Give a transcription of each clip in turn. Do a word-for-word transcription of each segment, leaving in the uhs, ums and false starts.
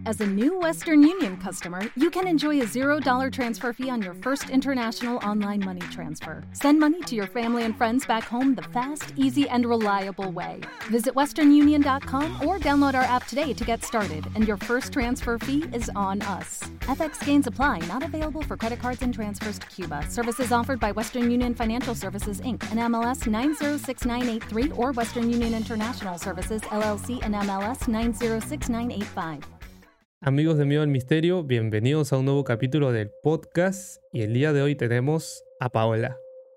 As a new Western Union customer, you can enjoy a zero dollars transfer fee on your first international online money transfer. Send money to your family and friends back home the fast, easy, and reliable way. Visit western union dot com or download our app today to get started, and your first transfer fee is on us. F X gains apply, not available for credit cards and transfers to Cuba. Services offered by Western Union Financial Services, Incorporated, and M L S nine zero six nine eight three or Western Union International Services, L L C, and M L S nine zero six nine eight five. Amigos de Miedo al Misterio, bienvenidos a un nuevo capítulo del podcast y el día de hoy tenemos a Paola.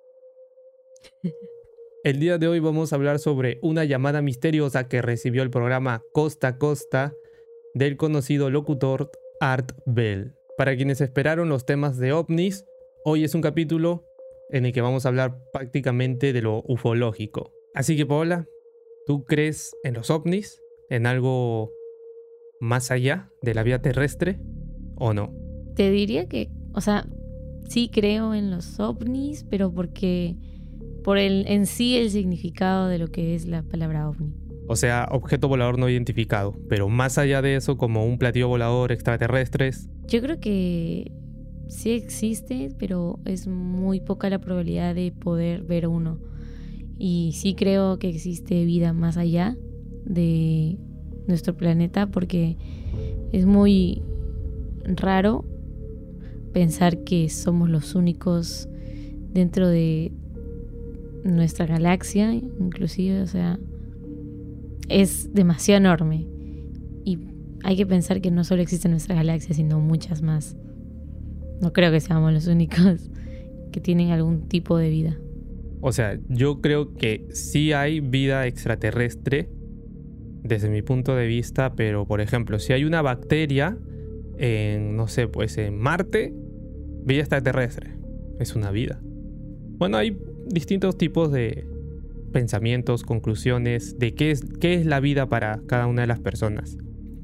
El día de hoy vamos a hablar sobre una llamada misteriosa que recibió el programa Costa a Costa del conocido locutor Art Bell. Para quienes esperaron los temas de ovnis, hoy es un capítulo en el que vamos a hablar prácticamente de lo ufológico. Así que Paola, ¿tú crees en los ovnis? ¿En algo más allá de la vida terrestre o no? Te diría que, o sea, sí creo en los ovnis, pero porque por el en sí el significado de lo que es la palabra ovni. O sea, objeto volador no identificado, pero más allá de eso, como un platillo volador, extraterrestres. Yo creo que sí existe, pero es muy poca la probabilidad de poder ver uno. Y sí creo que existe vida más allá de nuestro planeta, porque es muy raro pensar que somos los únicos dentro de nuestra galaxia, inclusive, o sea, es demasiado enorme y hay que pensar que no solo existe nuestra galaxia, sino muchas más. No creo que seamos los únicos que tienen algún tipo de vida. O sea, yo creo que sí hay vida extraterrestre desde mi punto de vista, pero por ejemplo, si hay una bacteria en, no sé, pues en Marte, vida extraterrestre, es una vida. Bueno, hay distintos tipos de pensamientos, conclusiones de qué es, qué es la vida para cada una de las personas.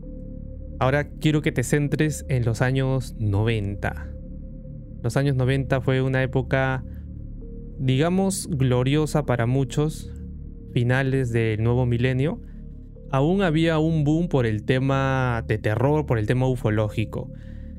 Ahora quiero que te centres en los años noventa. Los años noventa fue una época, digamos, gloriosa para muchos, finales del nuevo milenio. Aún había un boom por el tema de terror, por el tema ufológico.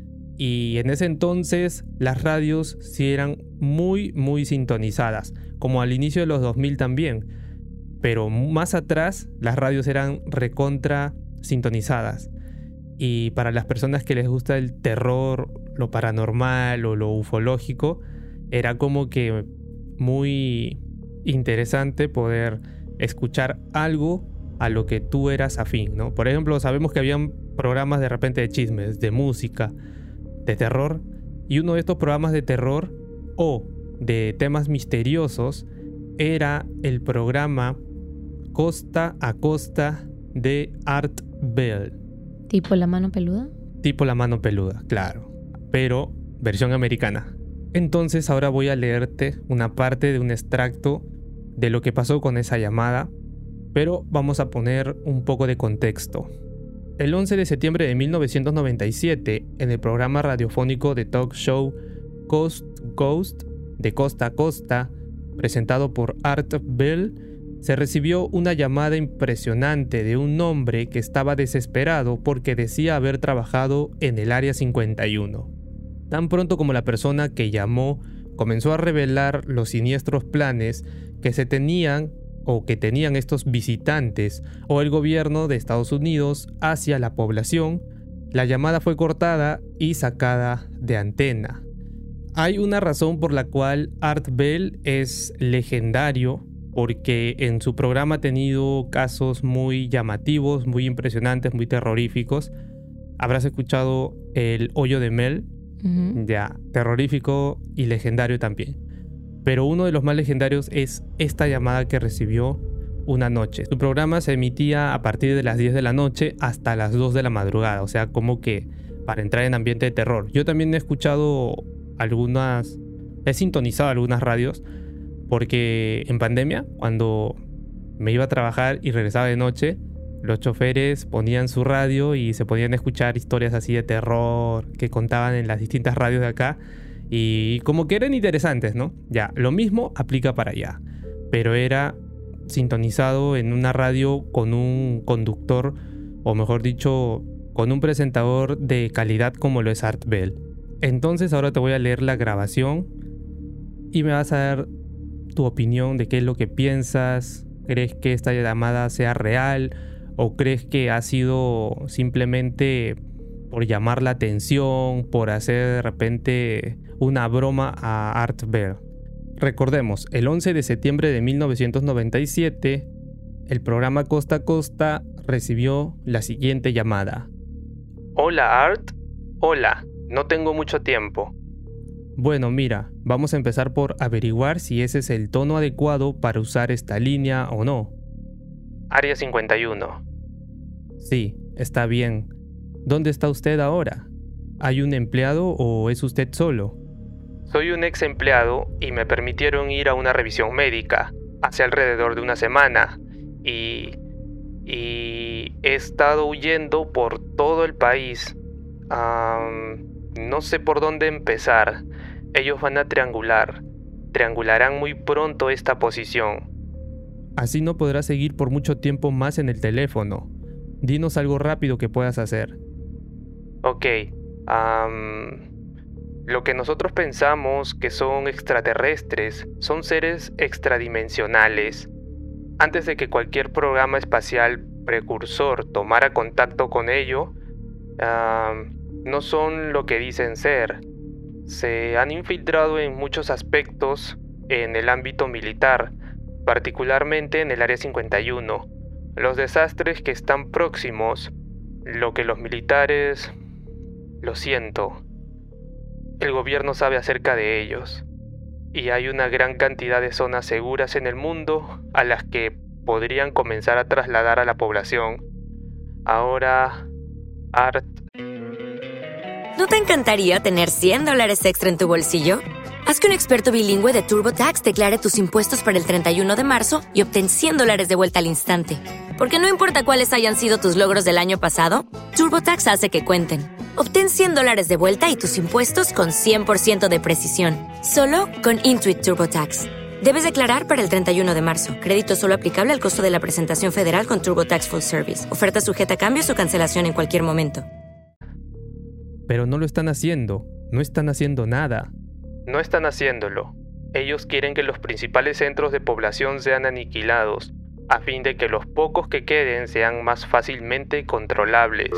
Y en ese entonces las radios sí eran muy, muy sintonizadas, como al inicio de los dos mil también. Pero más atrás las radios eran recontra sintonizadas. Y para las personas que les gusta el terror, lo paranormal o lo ufológico, era como que muy interesante poder escuchar algo a lo que tú eras afín, ¿no? Por ejemplo, sabemos que habían programas de repente de chismes, de música, de terror, y uno de estos programas de terror o de temas misteriosos era el programa Costa a Costa de Art Bell. ¿Tipo La Mano Peluda? Tipo La Mano Peluda, claro, pero versión americana. Entonces ahora voy a leerte una parte de un extracto de lo que pasó con esa llamada, pero vamos a poner un poco de contexto. El once de septiembre de mil novecientos noventa y siete, en el programa radiofónico de talk show Coast Ghost, de Costa a Costa, presentado por Art Bell, se recibió una llamada impresionante de un hombre que estaba desesperado porque decía haber trabajado en el Área cincuenta y uno. Tan pronto como la persona que llamó comenzó a revelar los siniestros planes que se tenían o que tenían estos visitantes o el gobierno de Estados Unidos hacia la población, la llamada fue cortada y sacada de antena. Hay una razón por la cual Art Bell es legendario, porque en su programa ha tenido casos muy llamativos, muy impresionantes, muy terroríficos. Habrás escuchado El Hoyo de Mel, uh-huh. Ya, terrorífico y legendario también. Pero uno de los más legendarios es esta llamada que recibió una noche. Su programa se emitía a partir de las diez de la noche hasta las dos de la madrugada, o sea, como que para entrar en ambiente de terror. Yo también he escuchado algunas, he sintonizado algunas radios, porque en pandemia, cuando me iba a trabajar y regresaba de noche, los choferes ponían su radio y se podían escuchar historias así de terror que contaban en las distintas radios de acá. Y como que eran interesantes, ¿no? Ya, lo mismo aplica para allá. Pero era sintonizado en una radio con un conductor, o mejor dicho, con un presentador de calidad como lo es Art Bell. Entonces ahora te voy a leer la grabación y me vas a dar tu opinión de qué es lo que piensas. ¿Crees que esta llamada sea real o crees que ha sido simplemente por llamar la atención, por hacer de repente una broma a Art Bell? Recordemos, el once de septiembre de mil novecientos noventa y siete, el programa Costa a Costa recibió la siguiente llamada. Hola Art, hola, no tengo mucho tiempo. Bueno, mira, vamos a empezar por averiguar si ese es el tono adecuado para usar esta línea o no. Área cincuenta y uno. Sí, está bien. ¿Dónde está usted ahora? ¿Hay un empleado o es usted solo? Soy un ex empleado y me permitieron ir a una revisión médica hace alrededor de una semana y... y he estado huyendo por todo el país. Um, no sé por dónde empezar. Ellos van a triangular. Triangularán muy pronto esta posición. Así no podrás seguir por mucho tiempo más en el teléfono. Dinos algo rápido que puedas hacer. Ok. Um, lo que nosotros pensamos que son extraterrestres son seres extradimensionales. Antes de que cualquier programa espacial precursor tomara contacto con ello, uh, no son lo que dicen ser. Se han infiltrado en muchos aspectos en el ámbito militar, particularmente en el Área cincuenta y uno. Los desastres que están próximos, lo que los militares... Lo siento. El gobierno sabe acerca de ellos. Y hay una gran cantidad de zonas seguras en el mundo a las que podrían comenzar a trasladar a la población. Ahora, Art... ¿No te encantaría tener cien dólares extra en tu bolsillo? Haz que un experto bilingüe de TurboTax declare tus impuestos para el treinta y uno de marzo y obtén cien dólares de vuelta al instante. Porque no importa cuáles hayan sido tus logros del año pasado, TurboTax hace que cuenten. Obtén cien dólares de vuelta y tus impuestos con cien por ciento de precisión. Solo con Intuit TurboTax. Debes declarar para el treinta y uno de marzo. Crédito solo aplicable al costo de la presentación federal con TurboTax Full Service. Oferta sujeta a cambios o cancelación en cualquier momento. Pero no lo están haciendo. No están haciendo nada. No están haciéndolo. Ellos quieren que los principales centros de población sean aniquilados, a fin de que los pocos que queden sean más fácilmente controlables.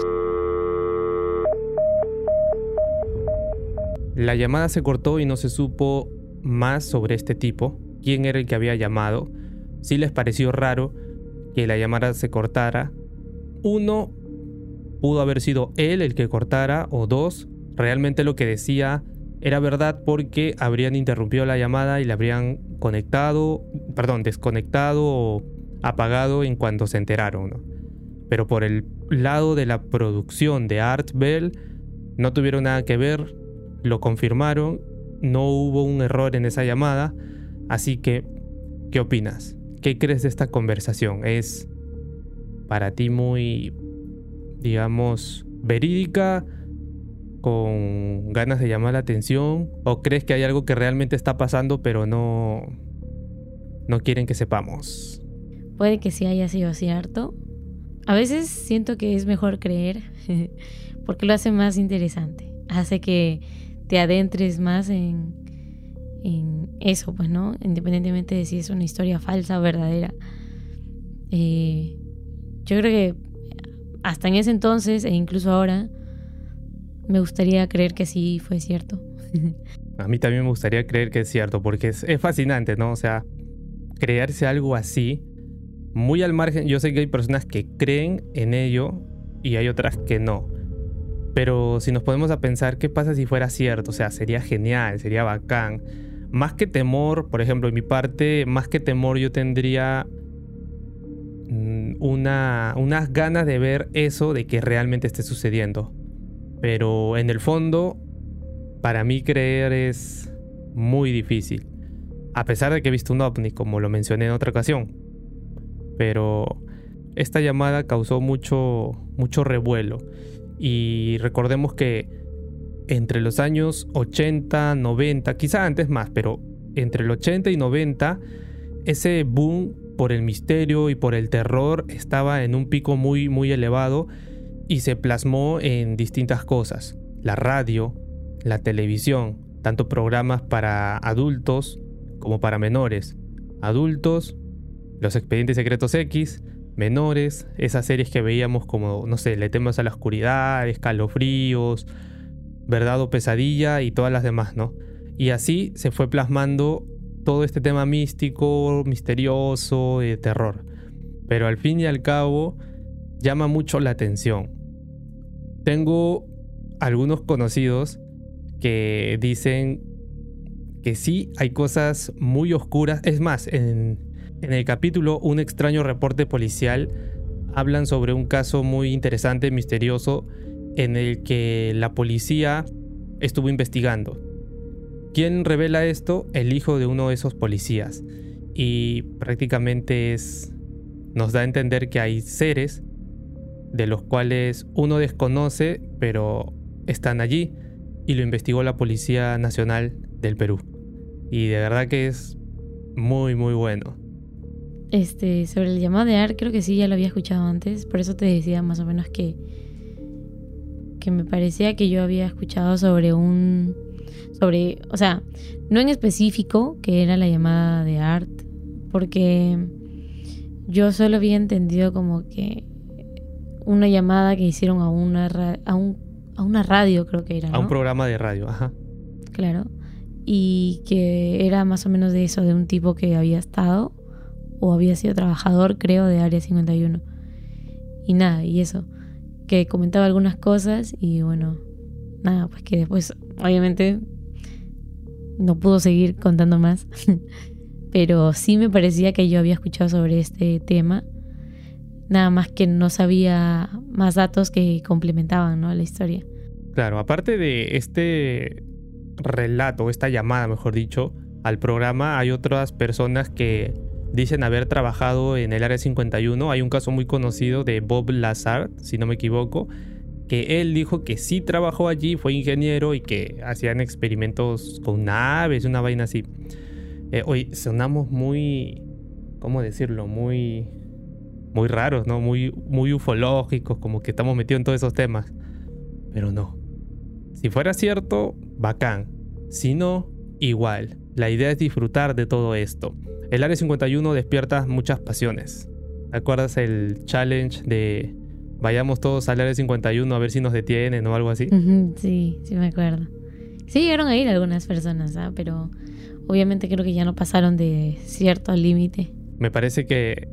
La llamada se cortó y no se supo más sobre este tipo, quién era el que había llamado. Sí les pareció raro que la llamada se cortara. Uno, pudo haber sido él el que cortara, o dos, realmente lo que decía era verdad porque habrían interrumpido la llamada y la habrían conectado, perdón, desconectado o apagado en cuanto se enteraron, ¿no? Pero por el lado de la producción de Art Bell no tuvieron nada que ver, lo confirmaron, no hubo un error en esa llamada, así que, ¿qué opinas? ¿Qué crees de esta conversación? ¿Es para ti muy, digamos, verídica, con ganas de llamar la atención? ¿O crees que hay algo que realmente está pasando pero no, no quieren que sepamos? Puede que sí haya sido cierto. A veces siento que es mejor creer porque lo hace más interesante. Hace que te adentres más en, en eso, pues, ¿no? Independientemente de si es una historia falsa o verdadera. Eh, yo creo que hasta en ese entonces e incluso ahora me gustaría creer que sí fue cierto. A mí también me gustaría creer que es cierto, porque es, es fascinante, ¿no? O sea, crearse algo así, muy al margen. Yo sé que hay personas que creen en ello y hay otras que no. Pero si nos ponemos a pensar, ¿qué pasa si fuera cierto? O sea, sería genial, sería bacán. Más que temor, por ejemplo, en mi parte, más que temor yo tendría una, unas ganas de ver eso, de que realmente esté sucediendo. Pero en el fondo, para mí creer es muy difícil. A pesar de que he visto un ovni, como lo mencioné en otra ocasión. Pero esta llamada causó mucho, mucho revuelo. Y recordemos que entre los años ochenta, noventa, quizá antes más, pero entre el ochenta y noventa, ese boom por el misterio y por el terror estaba en un pico muy, muy elevado. y se plasmó en distintas cosas. La radio, la televisión, tanto programas para adultos como para menores. Adultos, Los Expedientes Secretos X, menores, esas series que veíamos como, no sé, Le temas a la oscuridad, Escalofríos, Verdad o Pesadilla y todas las demás, ¿no? Y así se fue plasmando todo este tema místico, misterioso, de terror. Pero al fin y al cabo llama mucho la atención. Tengo algunos conocidos que dicen que sí hay cosas muy oscuras. Es más, en, en el capítulo Un extraño reporte policial hablan sobre un caso muy interesante, misterioso, en el que la policía estuvo investigando. ¿Quién revela esto? El hijo de uno de esos policías. Y prácticamente es, nos da a entender que hay seres de los cuales uno desconoce, pero están allí, y lo investigó la Policía Nacional del Perú. Y de verdad que es muy muy bueno. Este, sobre el llamado de A R, creo que sí, ya lo había escuchado antes. Por eso te decía más o menos que que me parecía que yo había escuchado sobre un sobre, o sea, no en específico que era la llamada de A R, porque yo solo había entendido como que una llamada que hicieron a una ra- a un a una radio, creo que era, ¿no? A un programa de radio, ajá. Claro. Y que era más o menos de eso, de un tipo que había estado o había sido trabajador, creo, de Área cincuenta y uno. Y nada, y eso, que comentaba algunas cosas y bueno, nada, pues que después obviamente no pudo seguir contando más. Pero sí me parecía que yo había escuchado sobre este tema, nada más que no sabía más datos que complementaban, ¿no?, la historia. Claro, aparte de este relato, esta llamada, mejor dicho, al programa, hay otras personas que dicen haber trabajado en el Área cincuenta y uno. Hay un caso muy conocido de Bob Lazar, si no me equivoco, que él dijo que sí trabajó allí, fue ingeniero y que hacían experimentos con naves, una vaina así. Eh, hoy sonamos muy, ¿cómo decirlo? Muy, muy raros, ¿no? Muy, muy ufológicos, como que estamos metidos en todos esos temas. Pero no. Si fuera cierto, bacán. Si no, igual. La idea es disfrutar de todo esto. El Área cincuenta y uno despierta muchas pasiones. ¿Te acuerdas el challenge de vayamos todos al Área cincuenta y uno a ver si nos detienen o algo así? Uh-huh, sí, sí me acuerdo. Sí llegaron a ir algunas personas, ¿ah? Pero obviamente creo que ya no pasaron de cierto límite. Me parece que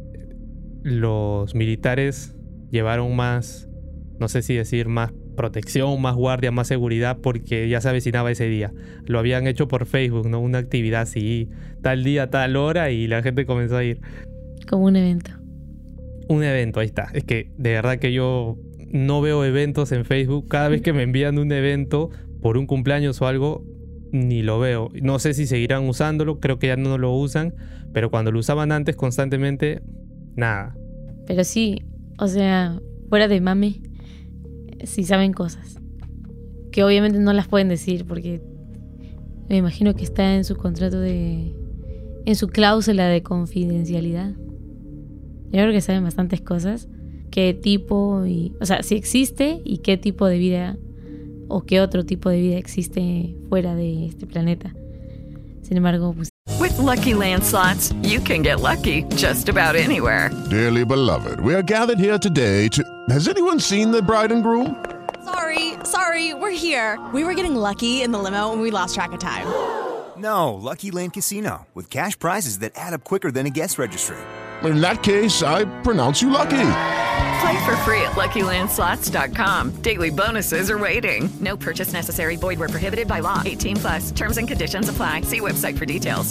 los militares llevaron más, no sé si decir más protección, más guardia, más seguridad, porque ya se avecinaba ese día. Lo habían hecho por Facebook, ¿no? Una actividad así, tal día, tal hora, y la gente comenzó a ir. Como un evento. Un evento, ahí está. Es que de verdad que yo no veo eventos en Facebook. Cada vez que me envían un evento por un cumpleaños o algo, ni lo veo. No sé si seguirán usándolo, creo que ya no lo usan, pero cuando lo usaban antes constantemente, nada. Pero sí, o sea, fuera de mame, sí saben cosas que obviamente no las pueden decir porque me imagino que está en su contrato de, en su cláusula de confidencialidad. Yo creo que saben bastantes cosas, qué tipo y, o sea, si existe y qué tipo de vida o qué otro tipo de vida existe fuera de este planeta. Sin embargo, pues With Lucky Land Slots, you can get lucky just about anywhere. Dearly beloved, we are gathered here today to... Has anyone seen the bride and groom? Sorry, sorry, we're here. We were getting lucky in the limo and we lost track of time. No, Lucky Land Casino, with cash prizes that add up quicker than a guest registry. In that case, I pronounce you lucky. Play for free at lucky land slots dot com. Daily bonuses are waiting. No purchase necessary. Void where prohibited by law. eighteen plus. Terms and conditions apply. See website for details.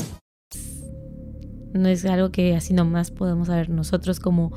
no es algo que así nomás podemos saber nosotros como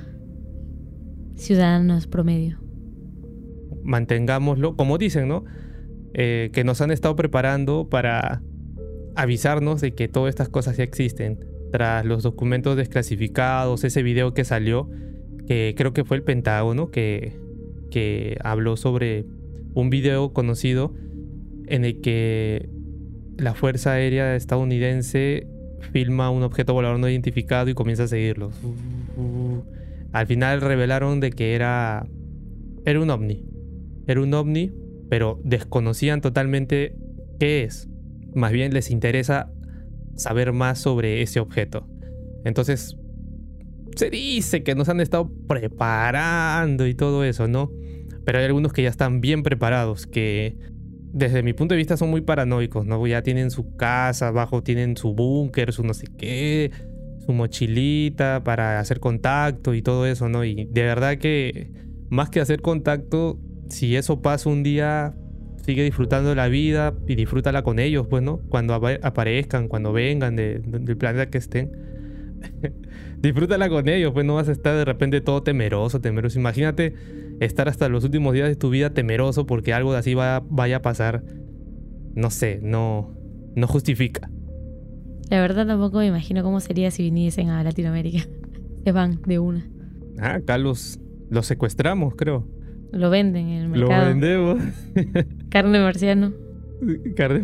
ciudadanos promedio. Mantengámoslo, como dicen, ¿no? Eh, que nos han estado preparando para avisarnos de que todas estas cosas ya existen. Tras los documentos desclasificados, ese video que salió, que creo que fue el Pentágono, que, que habló sobre un video conocido en el que la Fuerza Aérea estadounidense filma un objeto volador no identificado y comienza a seguirlo. Uh, uh. Al final revelaron de que era era un ovni. Era un ovni, pero desconocían totalmente qué es. Más bien les interesa saber más sobre ese objeto. Entonces, se dice que nos han estado preparando y todo eso, ¿no? Pero hay algunos que ya están bien preparados, que desde mi punto de vista son muy paranoicos, ¿no? Ya tienen su casa abajo, tienen su búnker, su no sé qué, su mochilita para hacer contacto y todo eso, ¿no? Y de verdad que más que hacer contacto, si eso pasa un día, sigue disfrutando la vida y disfrútala con ellos, pues, ¿no? Cuando ap- aparezcan, cuando vengan de, de, del planeta que estén. Disfrútala con ellos, pues no vas a estar de repente todo temeroso, temeroso. Imagínate estar hasta los últimos días de tu vida temeroso porque algo de así va, vaya a pasar. No sé, no, no justifica. La verdad tampoco me imagino cómo sería si viniesen a Latinoamérica. Se van de una. Ah, acá los, los secuestramos, creo. Lo venden en el mercado. Lo vendemos. Carne marciano. Carne.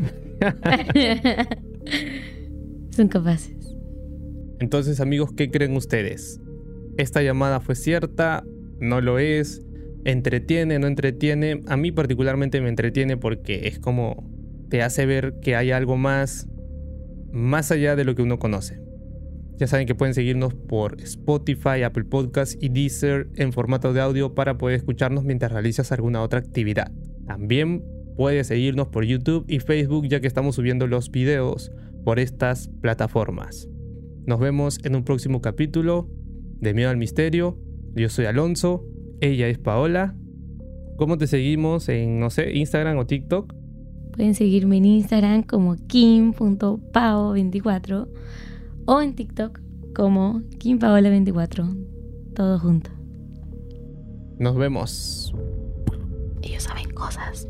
Son capaces. Entonces, amigos, ¿qué creen ustedes? ¿Esta llamada fue cierta? ¿No lo es? ¿Entretiene? ¿No entretiene? A mí particularmente me entretiene porque es como te hace ver que hay algo más, más allá de lo que uno conoce. Ya saben que pueden seguirnos por Spotify, Apple Podcasts y Deezer en formato de audio para poder escucharnos mientras realizas alguna otra actividad. También puedes seguirnos por YouTube y Facebook, ya que estamos subiendo los videos por estas plataformas. Nos vemos en un próximo capítulo de Miedo al Misterio. Yo soy Alonso, ella es Paola. ¿Cómo te seguimos en, no sé, Instagram o TikTok? Pueden seguirme en Instagram como kim punto pao veinticuatro o en TikTok como kimpaola veinticuatro. Todo junto. Nos vemos. Ellos saben cosas.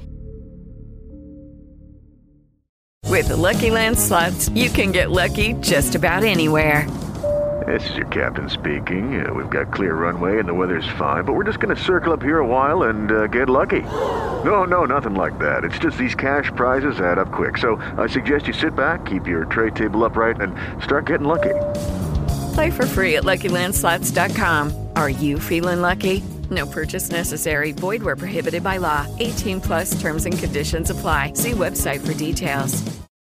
With the Lucky Land Slots, you can get lucky just about anywhere. This is your captain speaking. Uh, we've got clear runway and the weather's fine, but we're just going to circle up here a while and uh, get lucky. No, no, nothing like that. It's just these cash prizes add up quick. So I suggest you sit back, keep your tray table upright, and start getting lucky. Play for free at lucky land slots dot com. Are you feeling lucky? No purchase necessary. Void where prohibited by law. eighteen plus terms and conditions apply. See website for details.